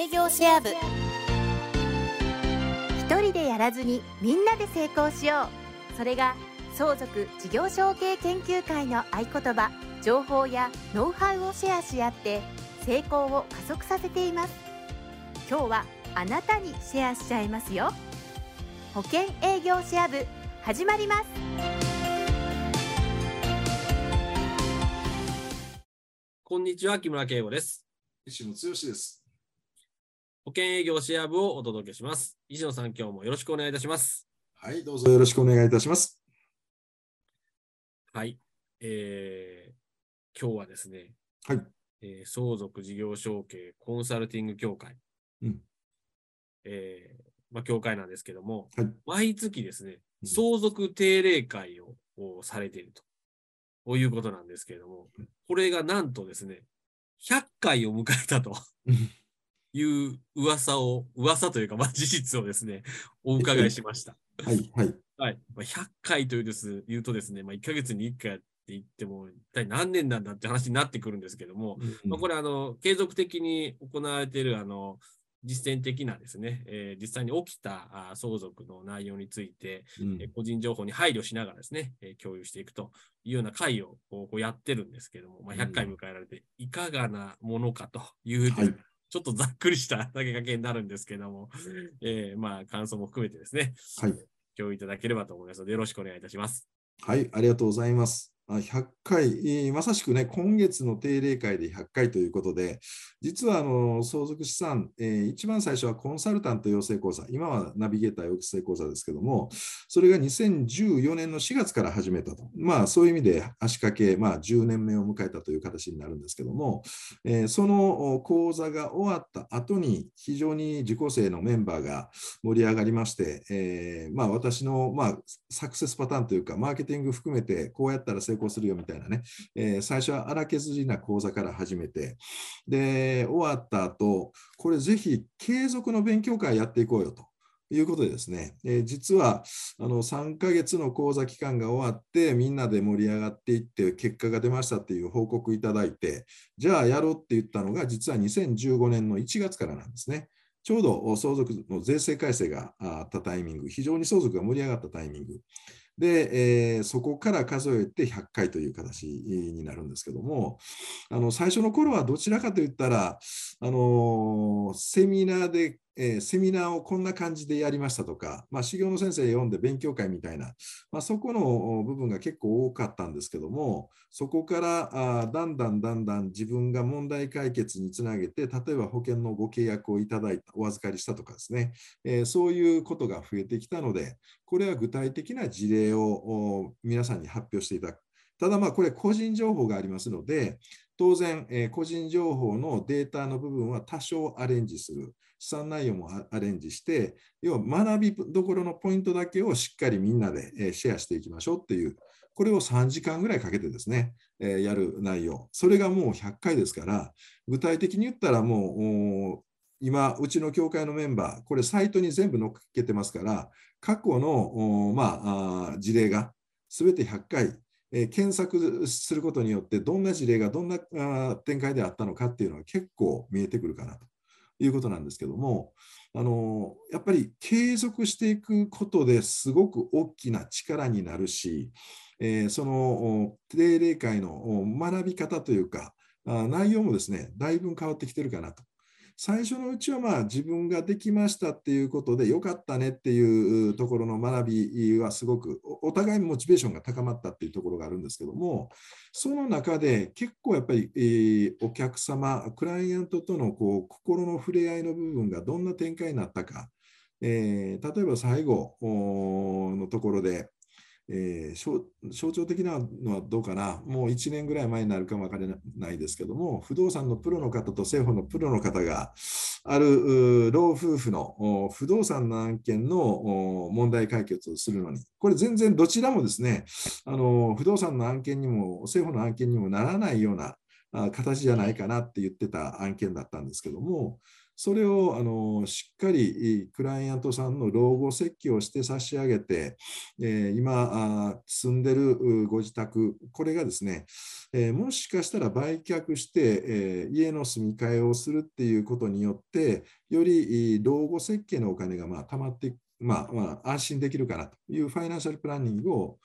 営業シェア部。 一人でやらずにみんなで成功しよう。それが相続事業承継研究会の合言葉、情報やノウハウをシェアし合って成功を加速させています。今日はあなたにシェアしちゃいますよ。保険営業シェア部始まります。 こんにちは、木村圭吾です。 石野剛です。 保険営業シェア部をお届けします。石野さん、今日もよろしくお願いいたします。 はい、どうぞよろしくお願いいたします。 はい、今日はですね、 はい、 相続事業承継コンサルティング協会、協会なんですけども、 はい、 毎月ですね、相続定例会をされているということなんですけれども、これがなんとですね、100回を迎えたという噂というか、事実をですね、お伺いしました。 はい、はい。 はい。100回という言うとですね、1ヶ月に1回って言っても、一体何年なんだって話になってくるんですけども、これ継続的に行われている実践的なですね、実際に起きた相続の内容について、個人情報に配慮しながらですね、共有していくというような会をやってるんですけども、100回迎えられていかがなものかという、ちょっとざっくりした投げかけになるんですけども、感想も含めてですね、共有いただければと思いますので、よろしくお願いいたします。 はい、ありがとうございます。100回、まさしくね、今月の定例会で100回ということで、実は相続資産、一番最初はコンサルタント養成講座、今はナビゲーター養成講座ですけども、それが2014年の4月から始めたと。そういう意味で足掛け、10年目を迎えたという形になるんですけども、その講座が終わった後に、非常に受講生のメンバーが盛り上がりまして、私の、サクセスパターンというか、マーケティング含めて、こうやったら成功するよみたいなね、最初は荒削りな講座から始めて、で、終わった後、これぜひ継続の勉強会やっていこうよということでですね、実は3ヶ月の講座期間が終わって、みんなで盛り上がっていって、結果が出ましたっていう報告いただいて、じゃあやろうって言ったのが、実は2015年の1月からなんですね。ちょうど相続の税制改正があったタイミング、非常に相続が盛り上がったタイミング。で、そこから数えて100回という形になるんですけども、最初の頃はどちらかといったら、セミナーをこんな感じでやりましたとか、修行の先生読んで勉強会みたいな、そこの部分が結構多かったんですけども、そこからだんだん自分が問題解決につなげて、例えば保険のご契約をいただいた、お預かりしたとかですね、そういうことが増えてきたので、これは具体的な事例を皆さんに発表していただく。ただこれ個人情報がありますので、当然、個人情報のデータの部分は多少アレンジする。資産内容もアレンジして、要は学びどころのポイントだけをしっかりみんなでシェアしていきましょうっていう、これを3時間ぐらいかけてですね、やる内容。それがもう100回ですから、具体的に言ったらもう、今、うちの協会のメンバー、これサイトに全部載っけてますから、過去の事例が全て100回、検索することによって、どんな事例がどんな展開であったのかっていうのは結構見えてくるかなということなんですけども、やっぱり継続していくことですごく大きな力になるし、その定例会の学び方というか、内容もですね、だいぶ変わってきてるかなと。最初のうちは自分ができましたっていうことでよかったねっていうところの学びはすごくお互いモチベーションが高まったっていうところがあるんですけども、その中で結構やっぱり、お客様、クライアントとの心の触れ合いの部分がどんな展開になったか、例えば最後のところで、象徴的なのはどうかな、もう1年ぐらい前になるかもわからないですけども、不動産のプロの方と政府のプロの方が、ある老夫婦の不動産の案件の問題解決をするのに、これ全然どちらもですね、不動産の案件にも政府の案件にもならないような形じゃないかなって言ってた案件だったんですけども、 それをしっかりクライアントさんの老後設計をして差し上げて、今住んでるご自宅、これがですね、もしかしたら売却して、家の住み替えをするっていうことによって、より老後設計のお金が貯まっていく、安心できるかなというファイナンシャルプランニングを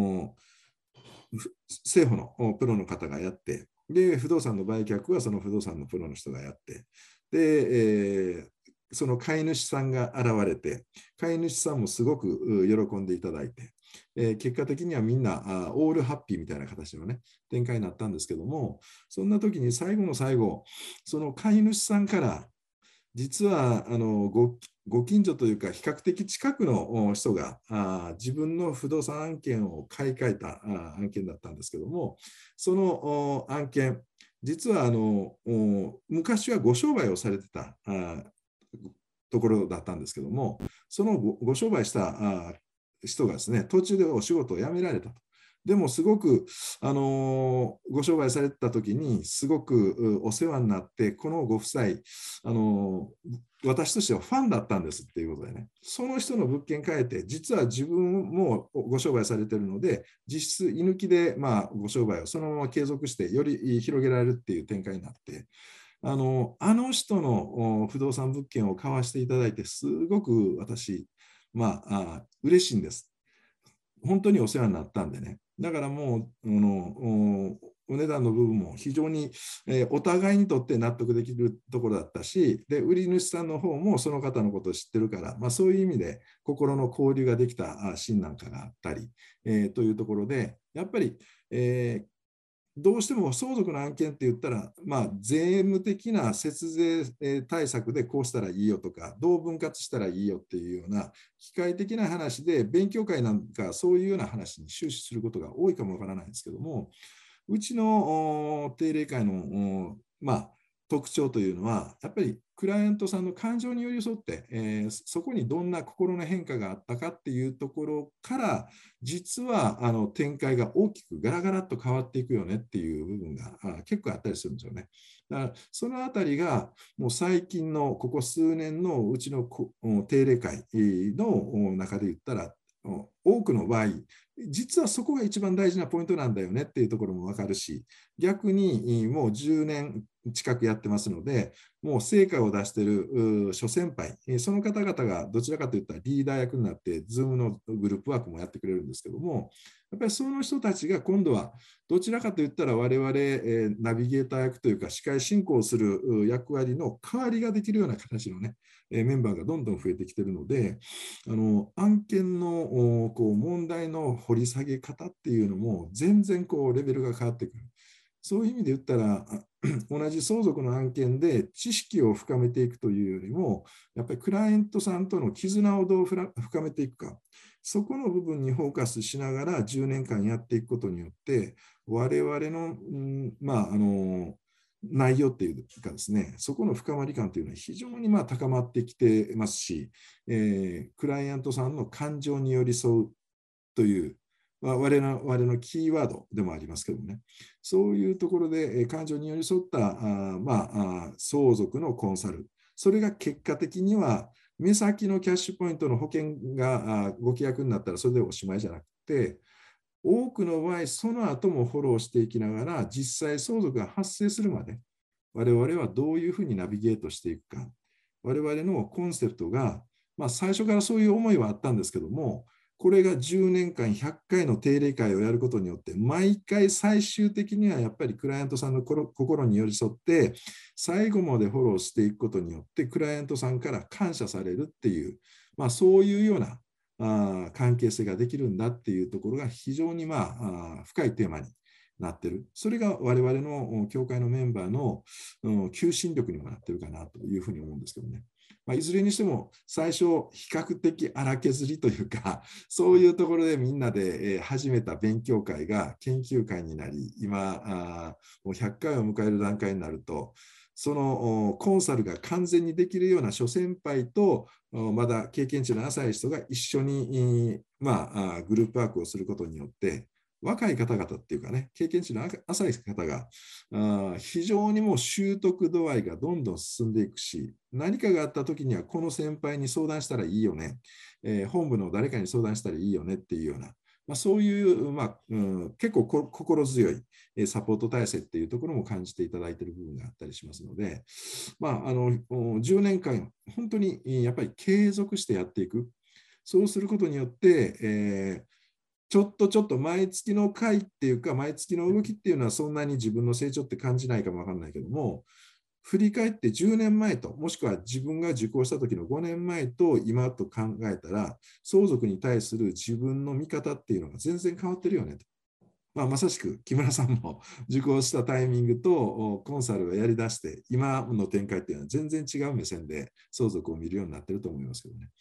政府のプロの方がやって、で、不動産の売却はその不動産のプロの人がやって、で、その飼い主さんが現れて、飼い主さんもすごく喜んでいただいて、結果的にはみんなオールハッピーみたいな形のね、展開になったんですけども、そんな時に最後の最後、その飼い主さんから、実はご近所というか比較的近くの人が自分の不動産案件を買い替えた案件だったんですけども、その案件、実は昔はご商売をされてたところだったんですけども、そのご商売した人がですね、途中でお仕事を辞められたと。でもすごく、ご商売されてた時にすごくお世話になって、このご夫妻、私としてはファンだったんですっていうことでね、その人の物件変えて、実は自分もご商売されてるので、実質居抜きでご商売をそのまま継続して、より広げられるっていう展開になって、あの人の不動産物件を買わせていただいて、すごく私、嬉しいんです。本当にお世話になったんでね。だからもう、お値段の部分も非常に、お互いにとって納得できるところだったし、で、売り主さんの方もその方のことを知ってるから、そういう意味で心の交流ができたシーンなんかがあったり、というところで、やっぱり、どうしても相続の案件って言ったら、税務的な節税対策でこうしたらいいよとか、どう分割したらいいよっていうような機械的な話で、勉強会なんかそういうような話に終始することが多いかもわからないんですけども、うちの定例会の、特徴というのは、やっぱりクライアントさんの感情に寄り添って、そこにどんな心の変化があったかっていうところから、実は展開が大きくガラガラっと変わっていくよねっていう部分が結構あったりするんですよね。だからそのあたりが、もう最近のここ数年のうちの定例会の中で言ったら、多くの場合、実はそこが一番大事なポイントなんだよねっていうところも分かるし、逆にもう10年近くやってますので、もう成果を出している諸先輩、その方々がどちらかといったらリーダー役になって、Zoom のグループワークもやってくれるんですけども、やっぱりその人たちが今度はどちらかといったら我々ナビゲーター役というか司会進行する役割の代わりができるような形のね、メンバーがどんどん増えてきているので、案件の問題の掘り下げ方っていうのも全然レベルが変わってくる。そういう意味で言ったら、同じ相続の案件で知識を深めていくというよりも、やっぱりクライアントさんとの絆をどう深めていくか、そこの部分にフォーカスしながら10年間やっていくことによって、我々の、内容っていうかですね、そこの深まり感というのは非常に高まってきてますし、クライアントさんの感情に寄り添うという、我々のキーワードでもありますけどね、そういうところで感情に寄り添った相続のコンサル、それが結果的には目先のキャッシュポイントの保険がご契約になったらそれでおしまいじゃなくて、多くの場合その後もフォローしていきながら実際相続が発生するまで我々はどういうふうにナビゲートしていくか、我々のコンセプトが、最初からそういう思いはあったんですけども、これが10年間100回の定例会をやることによって、毎回最終的にはやっぱりクライアントさんの心に寄り添って、最後までフォローしていくことによって、クライアントさんから感謝されるっていう、そういうような関係性ができるんだっていうところが非常に深いテーマになっている。それが我々の協会のメンバーの求心力にもなっているかなというふうに思うんですけどね。いずれにしても最初比較的荒削りというか、そういうところでみんなで始めた勉強会が研究会になり、今もう100回を迎える段階になると、そのコンサルが完全にできるような諸先輩とまだ経験値の浅い人が一緒にグループワークをすることによって、 若い方々っていうかね、経験値の浅い方が、非常にもう習得度合いがどんどん進んでいくし、何かがあった時にはこの先輩に相談したらいいよね、本部の誰かに相談したらいいよねっていうような、そういう、結構心強いサポート体制っていうところも感じていただいている部分があったりしますので、10年間、本当にやっぱり継続してやっていく。そうすることによって、ちょっと毎月の回っていうか、毎月の動きっていうのはそんなに自分の成長って感じないかもわかんないけども、振り返って10年前と、もしくは自分が受講した時の5年前と今と考えたら、相続に対する自分の見方っていうのが全然変わってるよねと。まさしく木村さんも受講したタイミングとコンサルをやりだして、今の展開っていうのは全然違う目線で相続を見るようになってると思いますけどね。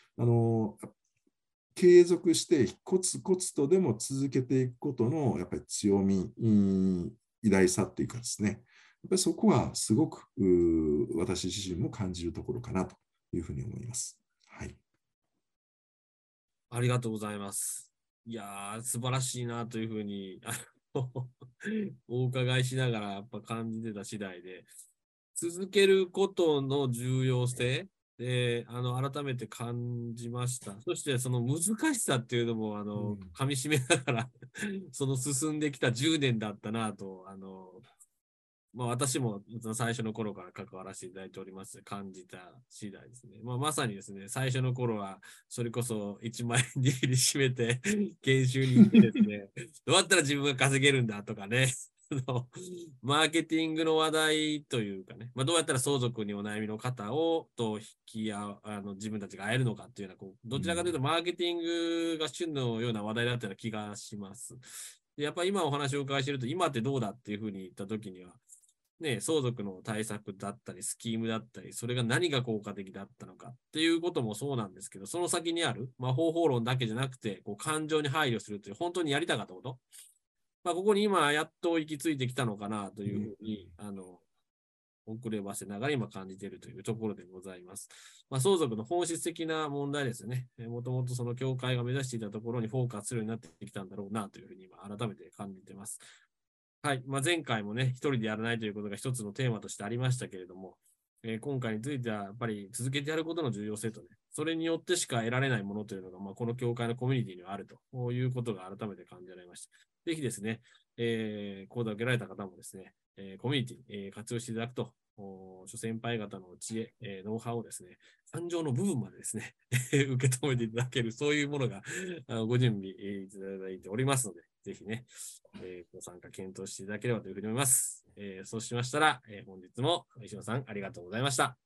継続してコツコツとでも続けていくことのやっぱり強み、偉大さっていうかですね、やっぱりそこはすごく私自身も感じるところかなというふうに思います。はい。 ありがとうございます。いやー、素晴らしいなというふうにお伺いしながらやっぱ感じてた次第で、続けることの重要性で、改めて感じました。そしてその難しさっていうのも、噛み締めながらその進んできた10年だったなと、私も最初の頃から関わらせていただいております感じた次第ですね。まさにですね、最初の頃はそれこそ1万円握りしめて研修に行ってですね、どうやったら自分が稼げるんだとかね、マーケティングの話題というかね、どうやったら相続にお悩みの方をと自分たちが会えるのかっていうような、どちらかというとマーケティングが主のような話題だったような気がします。でやっぱり今お話をお伺いしていると、今ってどうだっていうふうに言ったときには、ね、相続の対策だったり、スキームだったり、それが何が効果的だったのかっていうこともそうなんですけど、その先にある、方法論だけじゃなくて、感情に配慮するという、本当にやりたかったこと。ここに今、やっと行き着いてきたのかなというふうに、遅ればせながら今感じているというところでございます。相続の本質的な問題ですね。もともとその協会が目指していたところにフォーカスするようになってきたんだろうなというふうに今改めて感じています。はい。前回もね、一人でやらないということが一つのテーマとしてありましたけれども、今回についてはやっぱり続けてやることの重要性とね、それによってしか得られないものというのが、この協会のコミュニティにはあるということが改めて感じられました。ぜひですね、講座を受けられた方もですね、コミュニティ、活用していただくと、諸先輩方の知恵、ノウハウをですね、感情の部分までですね、受け止めていただける、そういうものがご準備いただいておりますので、ぜひね、ご参加検討していただければというふうに思います。そうしましたら、本日も石野さんありがとうございました。 はい、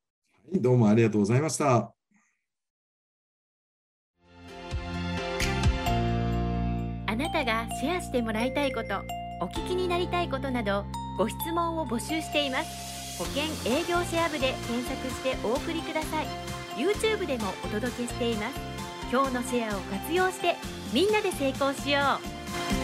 どうもありがとうございました。 あなたがシェアしてもらいたいこと、お聞きになりたいことなど、ご質問を募集しています。保険営業シェア部で検索してお送りください。 YouTube でもお届けしています。今日のシェアを活用してみんなで成功しよう。